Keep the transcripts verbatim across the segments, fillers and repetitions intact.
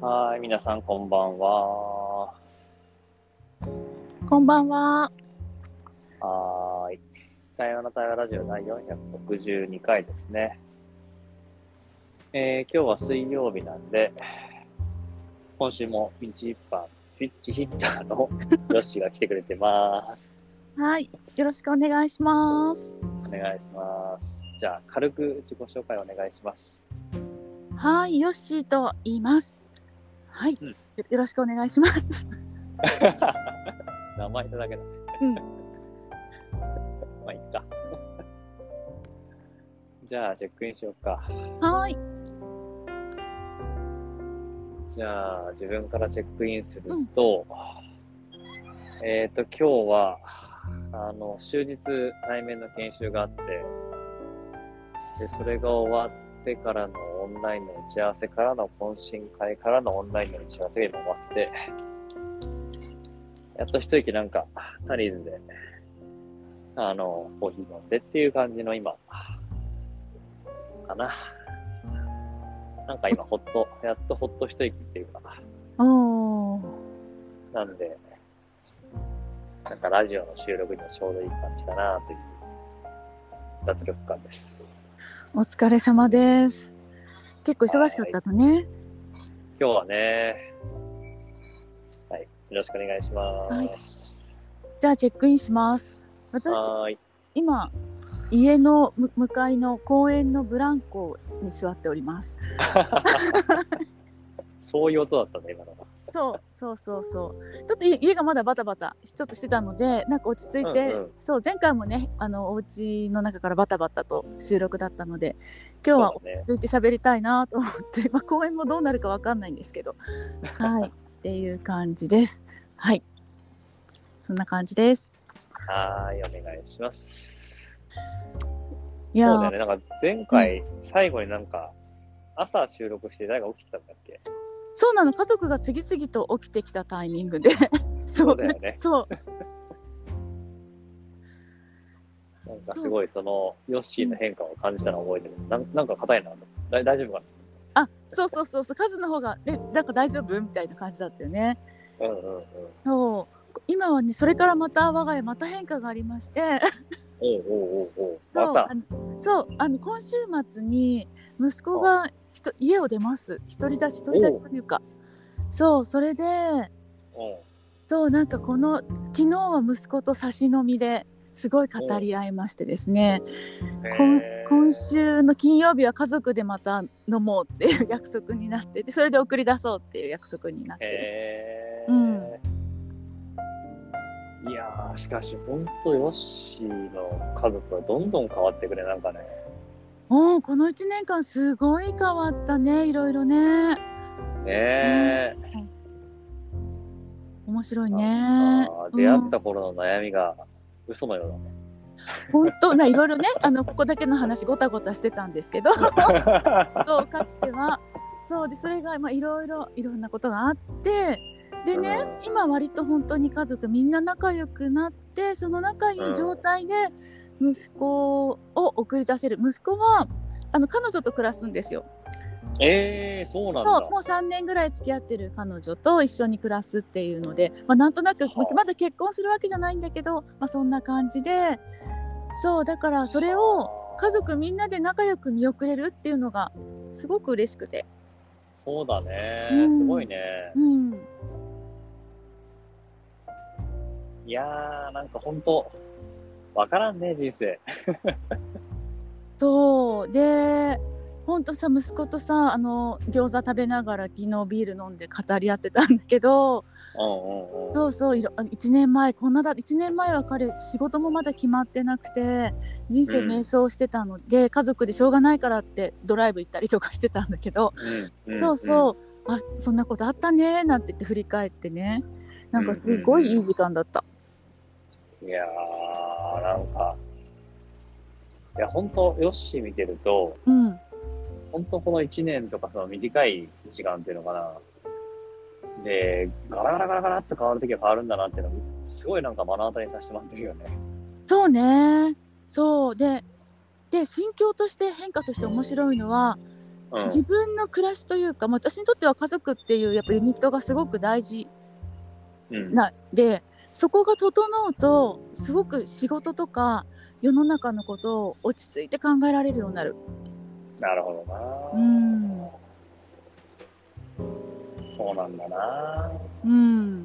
はい、皆さんこんばんは。 こんばんは。 はーい。対話の対話ラジオ第よんひゃくろくじゅうにかいですね。えー、今日は水曜日なんで、今週もピンチヒッター、ピッチヒッターのヨッシーが来てくれてます。 はい、よろしくお願いします。 お願いします。じゃあ、軽く自己紹介お願いします。 はい、ヨッシーと言います。はい、 うん、 よろしくお願いします。 名前だけだね。 うん、 まあ、いいか。じゃあ、チェックインしようか。 はい、 じゃあ、自分からチェックインすると、うん、えっと、今日は、あの、終日対面の研修があって、で、それが終わってからのオンラインの打ち合わせからの懇親会からのオンラインの打ち合わせが今終わって、やっと一息なんか、タリーズで、あの、コーヒー飲んでっていう感じの今、かな。なんか今、ほっと、やっとほっと一息っていうか、 おー、 なんで、なんかラジオの収録にもちょうどいい感じかなという脱力感です。 お疲れ様です。結構忙しかったのね。 今日はね、はい、よろしくお願いします。はい、 じゃあチェックインします。私、はい今家の向かいの公園のブランコに座っております。 そういう音だったね今のが。 そうそうそうそうちょっと家がまだバタバタちょっとしてたのでなんか落ち着いて、うんうん、そう前回もねあのお家の中からバタバタと収録だったので今日は落ち着いて喋りたいなと思って、ねまあ、公演もどうなるか分かんないんですけどはいっていう感じです。はいそんな感じです。 はいお願いします。 いやそうだよねなんか前回、うん、最後になんか朝収録して誰が起きてきたんだっけ。 そうなの家族が次々と起きてきたタイミングでそうだよねそうなんかすごいそのヨッシーの変化を感じたのを覚えてる。な ん, なんか硬いなだ大丈夫かなあそうそうそうそうカズの方がえなんか大丈夫みたいな感じだったよね。 うんうんうんそう今はねそれからまた我が家また変化がありましておうおうおうおうそうまたあのそうあの今週末に息子がひと家を出ます。独り立ち独り立ちというかそうそれでそうなんかこの昨日は息子と差し飲みですごい語り合いましてですね今, 今週の金曜日は家族でまた飲もうっていう約束になっててそれで送り出そうっていう約束になってる。うんいやーしかし本当ヨッシーの家族はどんどん変わってくれなんかね。 おこのいちねんかんすごい変わったねいろいろね。 ねえ、 うん、面白いね。 出会った頃の悩みが嘘のようだね。 本当ないろいろねあのここだけの話ごたごたしてたんですけどそうかつてはそうでそれがまあいろいろいろんなことがあってでね、うん、今割と本当に家族みんな仲良くなってその仲いい状態で息子を送り出せる。息子はあの彼女と暮らすんですよ。 えー、そうなんだ。 そうもうさんねんぐらい付き合ってる彼女と一緒に暮らすっていうので、まあ、なんとなくまだ結婚するわけじゃないんだけど、まあ、そんな感じでそうだからそれを家族みんなで仲良く見送れるっていうのがすごく嬉しくて。 そうだね、うん、すごいね、 うん、 いやーなんかほんとわからんね人生そうでほんとさ息子とさあの餃子食べながら昨日ビール飲んで語り合ってたんだけど、 うんうんうん、 そうそういろいちねんまえこんなだいちねんまえは彼仕事もまだ決まってなくて人生迷走してたので、うん、家族でしょうがないからってドライブ行ったりとかしてたんだけど、うん、そうそう、うん、あそんなことあったねなんて言って振り返ってねなんかすごいいい時間だった。 いやーなんかいや本当ヨッシー見てると、うん、本当このいちねんとかその短い時間っていうのかなでガラガラガラガラっと変わるときは変わるんだなっていうのをすごいなんか目の当たりにさせてもらってるよね。 そうねそうでで心境として変化として面白いのはうん自分の暮らしというか、まあ、私にとっては家族っていうやっぱユニットがすごく大事うんなで、そこが整うとすごく仕事とか世の中のことを落ち着いて考えられるようになる。 なるほどうな。 んそうなんだな。 うん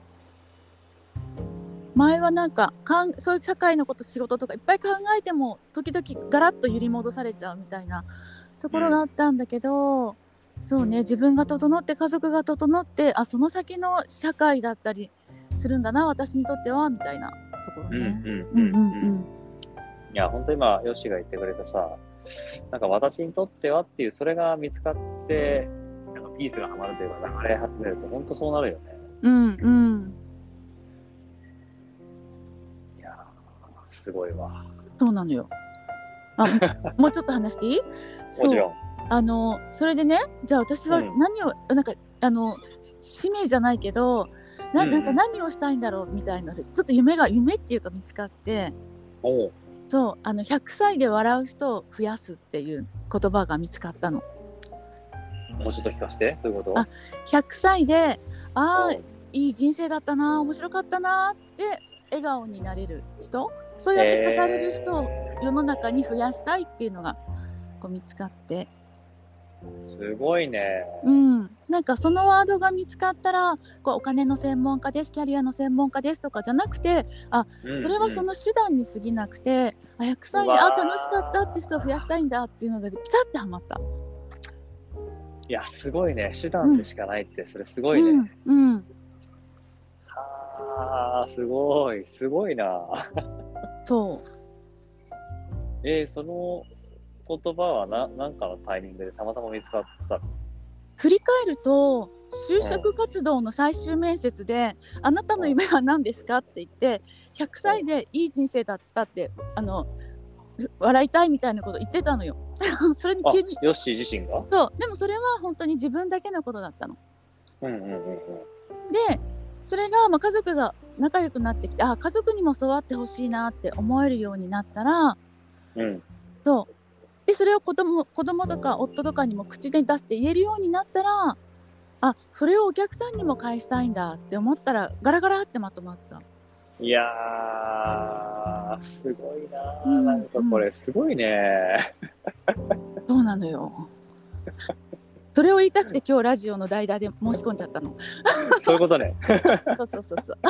前はなんかかんそういう社会のこと仕事とかいっぱい考えても時々ガラッと揺り戻されちゃうみたいなところがあったんだけど、そうね、自分が整って家族が整って、あ、その先の社会だったりするんだな私にとってはみたいなところうんね。 うんううんんうんうん。いや、本当今、ヨッシーが言ってくれたさ、なんか私にとってはっていう、それが見つかって、なんかピースがはまるというか、流れ始めると、本当そうなるよね。 うんうんいやー、すごいわ。 そうなのよ。あももうちょっと話していい？そうもちろん。 あのそれでね、じゃあ私はうん何を、なんかあのし使命じゃないけどな、 うんうんなんか何をしたいんだろうみたいなちょっと夢が夢っていうか見つかって、 おう、 そうあのひゃくさいで笑う人を増やすっていう言葉が見つかったの。 もうちょっと聞かせて。どういうこと？ あひゃくさいであーうんいい人生だったな面白かったなって笑顔になれる人、そうやって語れる人を世の中に増やしたいっていうのがこう見つかって、 すごいね。 うん、なんかそのワードが見つかったらこうお金の専門家ですキャリアの専門家ですとかじゃなくて、あうんそれはその手段に過ぎなくて、あひゃくさいであ楽しかったって人を増やしたいんだっていうのがピタッてはまった。 いや、すごいね。手段でしかないって、それすごいね。 うんうん、 はあ、すごい、すごいな。 そうえー、その言葉はな、なんかのタイミングでたまたま見つかったの？ 振り返ると就職活動の最終面接で、あなたの夢は何ですかって言って、ひゃくさいでいい人生だったってあの笑いたいみたいなこと言ってたのよそれにあ、 急にヨッシー自身が？ そうでもそれは本当に自分だけのことだったのうんうんうんうん。 で、それがまあ家族が仲良くなってきて、あ家族にもそうあってほしいなって思えるようになったら、 うんそうでそれを子供子供とか夫とかにも口で出して言えるようになったら、あそれをお客さんにも返したいんだって思ったらガラガラってまとまった。 いやー、すごいなー、 うんなんかこれすごいね。 そうなのよそれを言いたくて今日ラジオの代打で申し込んじゃったのそういうことね。 そうそうそうそう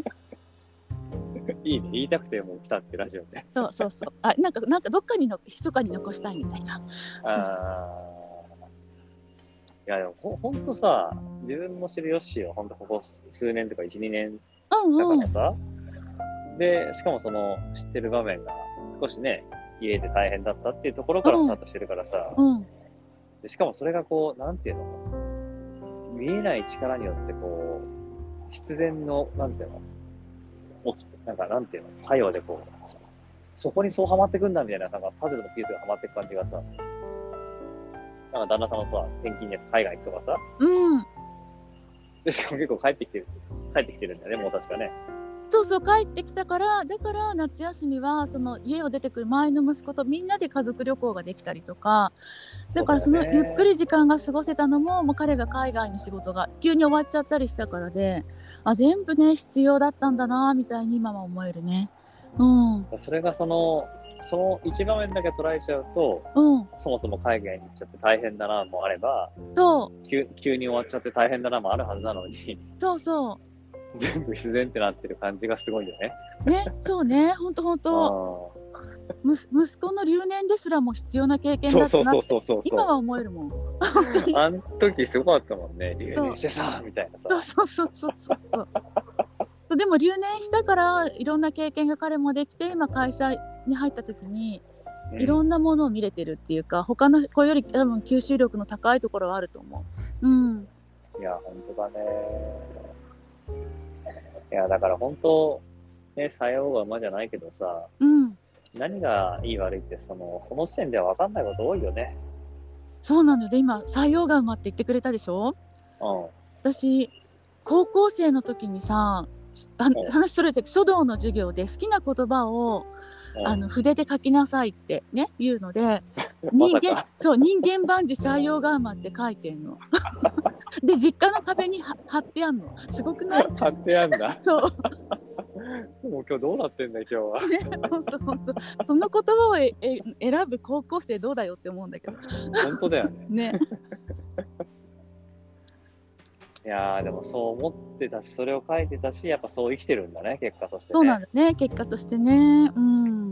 いいね、言いたくてもう来たってラジオで。 そうそうそうあなんかなんかどっかにの密かに残したいみたいな。そうあー、いやでもほほんとさ、自分も知るヨッシーはほんとここ数年とかいち、にねんうんうんだからさ、で、しかもその知ってる場面が少しね、家で大変だったっていうところからスタートしてるからさ、 うんでしかもそれがこう、なんていうの、見えない力によってこう、必然の、なんていうの、起きて、なんかなんていうの、作用でこう、そこにそうハマってくんだみたいな、なんかパズルのピースがハマってく感じがさ、なんか旦那さんのさ、転勤で海外行くとかさ、 うんで、しかも結構帰ってきてる、帰ってきてるんだよね、もう確かね。 そうそう帰ってきたから、だから夏休みはその家を出てくる前の息子とみんなで家族旅行ができたりとか、だからそのそうだよねゆっくり時間が過ごせたのも、もう彼が海外の仕事が急に終わっちゃったりしたからで、あ全部ね必要だったんだなみたいに今は思えるね。うんそれがその、その一場面だけ捉えちゃうと、 うんそもそも海外に行っちゃって大変だなもあれば、 そう急急に終わっちゃって大変だなもあるはずなのに、 そうそ全部必然ってなってる感じがすごいよね。 うねそうねほんとほんとむ息子の留年ですらも必要な経験だったなってそうそうそうそうそう今は思えるもん。 あん時すごかったもんね、留年してさ、みたいなさ。 そうそうそうそうそうそうでも留年したからいろんな経験が彼もできて、今会社に入った時にうんいろんなものを見れてるっていうか、他の子より多分吸収力の高いところはあると思う。うんいや、本当だね。いや、だから本当、ね、さようが馬じゃないけどさ、 うん何がいい悪いってその、その時点では分かんないこと多いよね。 そうなので、今採用が馬って言ってくれたでしょ。 うん。 私高校生の時にさあん話それて書道の授業で好きな言葉をうんあの筆で書きなさいってね言うので、 人間、 まさかそう人間万事採用ガーマって書いてんので実家の壁には貼ってあんの。すごくない？ 貼ってあんだ。 そうもう今日どうなってんだ今日は。 ね、ほんとほんとその言葉をええ選ぶ高校生どうだよって思うんだけど本当だよね。 ね。 いやーでもそう思ってたし、それを書いてたし、やっぱそう生きてるんだね、結果としてね。 そうなんだね、結果としてね。うん。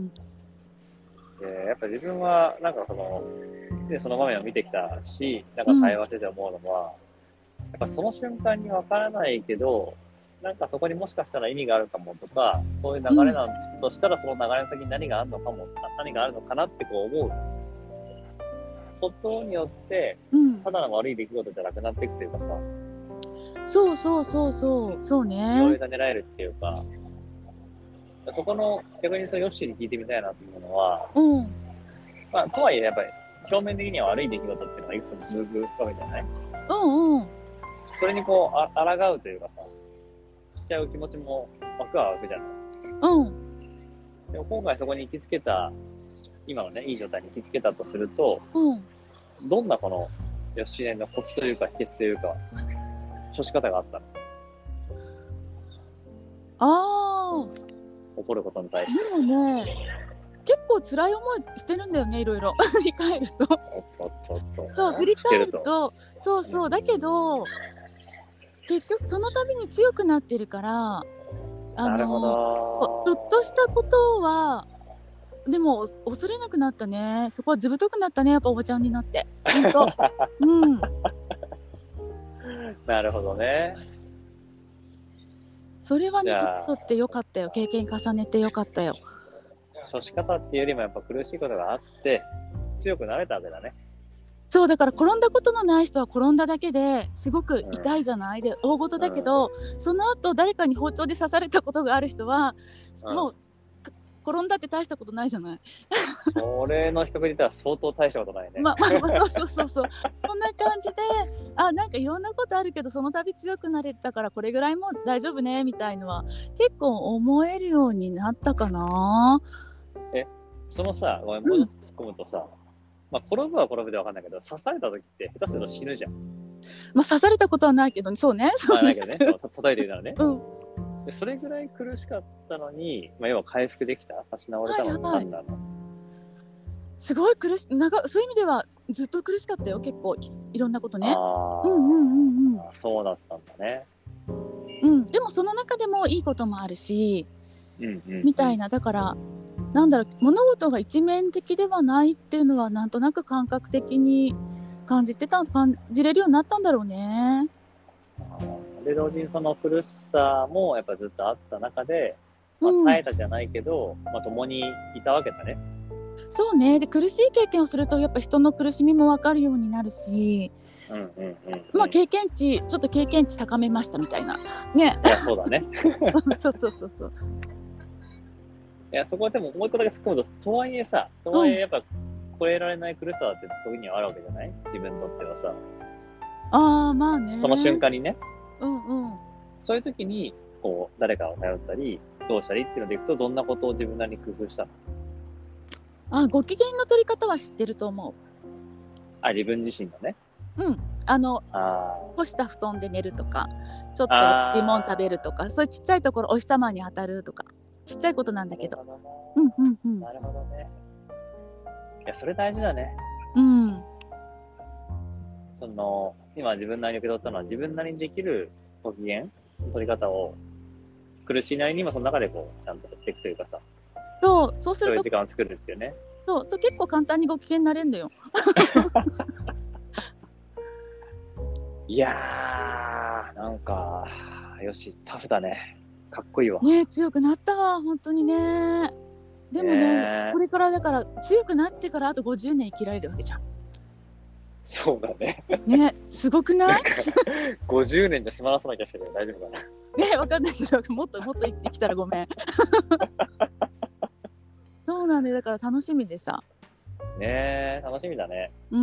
でやっぱ自分はなんかそのでその場面を見てきたし、なんか会話してて思うのは、うん、やっぱその瞬間にわからないけど、なんかそこにもしかしたら意味があるかもとか、そういう流れなんとしたらその流れの先に何があるのかも、何があるのかなってこう思うことによって、 うん、 ただの悪い出来事じゃなくなっていくというかさ、 そうそうそうそうそうね。 そういうが狙えるっていうか、そこの逆にそのヨッシーに聞いてみたいなというのは、 うん、 まあとはいえやっぱり表面的には悪い出来事っていうのがいくつも続くわけじゃない？ うんうん。 それにこうあ抗うというかさ、しちゃう気持ちも湧くは湧くじゃない。 うん。 でも今回そこに行きつけた、今のね、いい状態に行きつけたとすると、 うん、 どんなこのヨッシーネのコツというか秘訣というか、処し方があったの？ ああ。 怒ることに対して。 でもね、結構辛い思いしてるんだよね、いろいろ振り返ると。 おっとっとっと。 そう振り返ると、そうそう、だけど結局その度に強くなってるから、あなるほのちょど。 っとしたことはでも恐れなくなったね。そこはずぶとくなったね、やっぱおばちゃんになって。本当。うん。 なるほどね。 それはね、 じゃあちょっとってよかったよ。経験重ねてよかったよ。 処し方っていうよりもやっぱ苦しいことがあって強くなれたわけだね。 そうだから転んだことのない人は転んだだけですごく痛いじゃない、うん、で大事だけど、うん、その後誰かに包丁で刺されたことがある人は、うん、もう転んだって大したことないじゃない。 それの比較で言ったら相当大したことないね。 まあまあまあそうそうそうそうそんな感じで、あなんかいろんなことあるけどその度強くなれたからこれぐらいも大丈夫ねみたいのは結構思えるようになったかな。 えそのさ、ごめんもうちょっと突っ込むとさ、うん、まあ転ぶは転ぶで分かんないけど刺された時って下手すると死ぬじゃん。 まあ刺されたことはないけどそうね。 まあないけどね、叩いてるならね。 うん。 でそれぐらい苦しかったのに、まあ、要は回復できた、立ち直れたのは何なの？はいはい、 すごい苦し長そういう意味ではずっと苦しかったよ、結構いろんなことね。 あうんうんうんうん。 そうだったんだね。 うん、でもその中でもいいこともあるし、 うんうんうん、 みたいな。だからなんだろう、物事が一面的ではないっていうのはなんとなく感覚的に感じてた感じれるようになったんだろうね。 で同時にその苦しさもやっぱずっとあった中で、まあ、耐えたじゃないけど、うん、まあ、共にいたわけだね。 そうね。で苦しい経験をするとやっぱ人の苦しみも分かるようになるし、 うんうんうんうん、 まあ経験値ちょっと経験値高めましたみたいなね。 いやそうだねそうそうそうそう。 いやそこはでももう一個だけ突っ込むと、とはいえさ、とはいえやっぱ超えられない苦しさって時にはあるわけじゃない？自分にとってはさ。 ああまあね。 その瞬間にね。 うんうん。 そういう時にこう誰かを頼ったりどうしたりっていうのでいくと、どんなことを自分なりに工夫したの？ あ、ご機嫌の取り方は知ってると思う。 あ、自分自身のね。 うん。あのあ干した布団で寝るとか、ちょっとリモン食べるとか、そういうちっちゃいところお日様に当たるとか、ちっちゃいことなんだけど。 なるほどね。 うんうんうん。 なるほどね。いやそれ大事だね。 うん。 その今自分なりに受け取ったのは、自分なりにできるご機嫌の取り方を苦しいなりにもその中でこうちゃんとやっていくというかさ。 そうそうするとそういう時間を作るっていうね。 そうそう結構簡単にご機嫌になれるんだよ。 いやーなんかよしタフだね。かっこいいわ。 ね強くなったわ本当にね。でもねこれからだから強くなってからあとごじゅうねん生きられるわけじゃん。 そうだね。 ねすごくない？ ごじゅうねんじゃ済まなそうな気がしてる。大丈夫かな。 ねわかんないけどもっともっと生きたらごめん。そうなんだよ、だから楽しみでさ。 ねえ楽しみだね。 うん。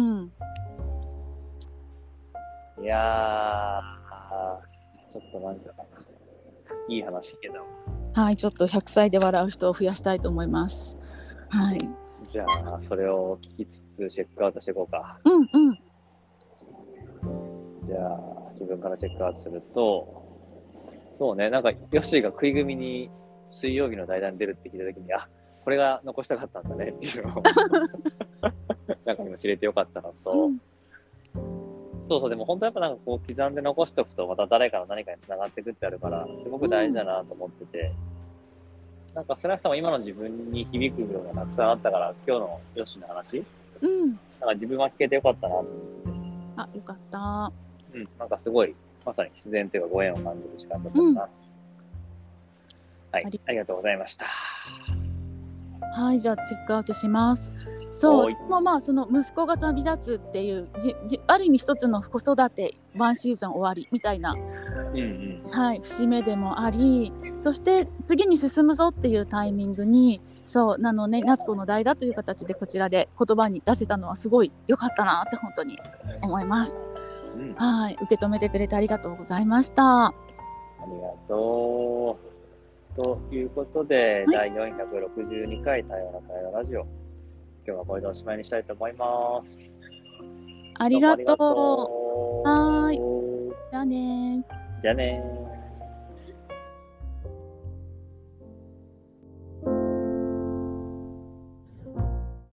いやーちょっとなんかいい話聞けたわ。 はい、ちょっとひゃくさいで笑う人を増やしたいと思います。はい。 じゃあ、それを聞きつつチェックアウトしていこうか。 うんうん。 じゃあ、自分からチェックアウトすると、そうね、なんか、ヨッシーが食い組に水曜日の代打に出るって聞いたときに、あ、これが残したかったんだねっていうのを、なんか今知れてよかったのと、 うんそうそう、でも本当やっぱなんかこう刻んで残しておくと、また誰かの何かに繋がっていくってあるから、すごく大事だなと思ってて、なんか少なくとも今の自分に響く部分がたくさんあったから、今日のヨッシーの話、 うん。 なんか自分は聞けてよかったなと思ってて、 あ、よかった。 うん、なんかすごい、まさに必然というかご縁を感じる時間だったかな。うん、はい、ありがとうございました。 はい、じゃあチェックアウトします。そう、まあまあその息子が旅立つっていうじじある意味一つの子育てワンシーズン終わりみたいな、 うんうん、 はい、節目でもあり、そして次に進むぞっていうタイミングに、そうなのね、夏子の代だという形でこちらで言葉に出せたのはすごい良かったなって本当に思います。うん、はい、受け止めてくれてありがとうございました。 ありがとう。ということで、はい、だいよんひゃくろくじゅうにかい多様な会話ラジオ、今日はこれでおしまいにしたいと思います。 ありがとう。はーい。じゃあねー。 じゃあねー。